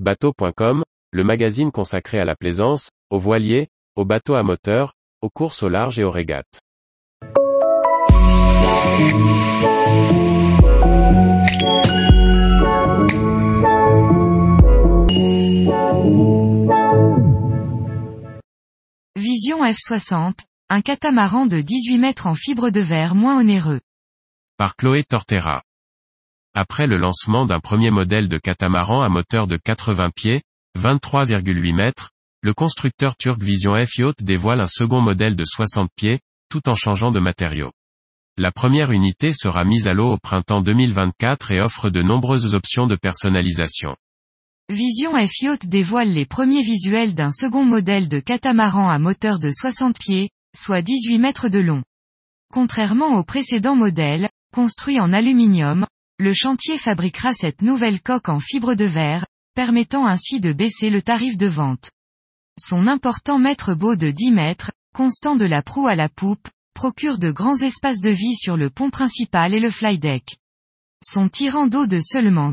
Bateau.com, le magazine consacré à la plaisance, aux voiliers, aux bateaux à moteur, aux courses au large et aux régates. Vision F60, un catamaran de 18 mètres en fibre de verre moins onéreux. Par Chloé Tortera. Après le lancement d'un premier modèle de catamaran à moteur de 80 pieds, 23,8 mètres, le constructeur turc Vision F-Yacht dévoile un second modèle de 60 pieds, tout en changeant de matériaux. La première unité sera mise à l'eau au printemps 2024 et offre de nombreuses options de personnalisation. Vision F-Yacht dévoile les premiers visuels d'un second modèle de catamaran à moteur de 60 pieds, soit 18 mètres de long. Contrairement au précédent modèle, construit en aluminium, le chantier fabriquera cette nouvelle coque en fibre de verre, permettant ainsi de baisser le tarif de vente. Son important mètre-bau de 10 mètres, constant de la proue à la poupe, procure de grands espaces de vie sur le pont principal et le flydeck. Son tirant d'eau de seulement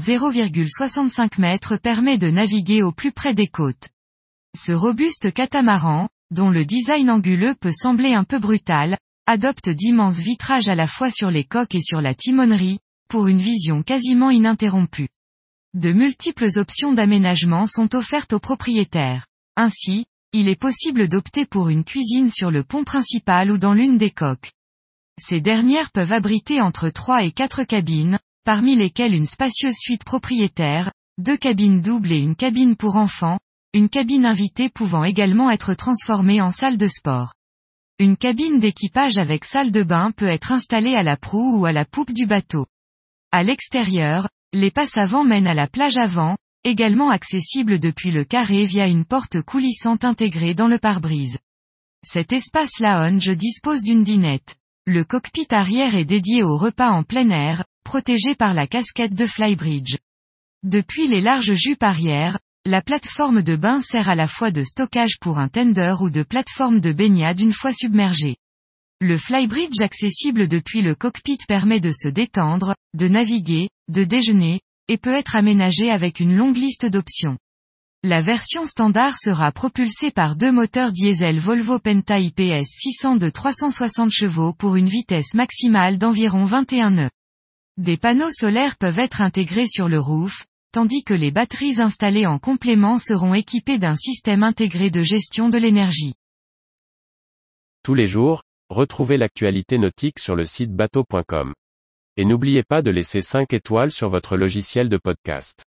0,65 mètres permet de naviguer au plus près des côtes. Ce robuste catamaran, dont le design anguleux peut sembler un peu brutal, adopte d'immenses vitrages à la fois sur les coques et sur la timonerie, pour une vision quasiment ininterrompue. De multiples options d'aménagement sont offertes aux propriétaires. Ainsi, il est possible d'opter pour une cuisine sur le pont principal ou dans l'une des coques. Ces dernières peuvent abriter entre 3 et 4 cabines, parmi lesquelles une spacieuse suite propriétaire, 2 cabines doubles et une cabine pour enfants, une cabine invitée pouvant également être transformée en salle de sport. Une cabine d'équipage avec salle de bain peut être installée à la proue ou à la poupe du bateau. À l'extérieur, les passes avant mènent à la plage avant, également accessible depuis le carré via une porte coulissante intégrée dans le pare-brise. Cet espace lounge dispose d'une dinette. Le cockpit arrière est dédié au repas en plein air, protégé par la casquette de Flybridge. Depuis les larges jupes arrière, la plateforme de bain sert à la fois de stockage pour un tender ou de plateforme de baignade une fois submergée. Le Flybridge accessible depuis le cockpit permet de se détendre, de naviguer, de déjeuner, et peut être aménagé avec une longue liste d'options. La version standard sera propulsée par 2 moteurs diesel Volvo Penta IPS 600 de 360 chevaux pour une vitesse maximale d'environ 21 nœuds. Des panneaux solaires peuvent être intégrés sur le roof, tandis que les batteries installées en complément seront équipées d'un système intégré de gestion de l'énergie. Tous les jours, retrouvez l'actualité nautique sur le site bateau.com. Et n'oubliez pas de laisser 5 étoiles sur votre logiciel de podcast.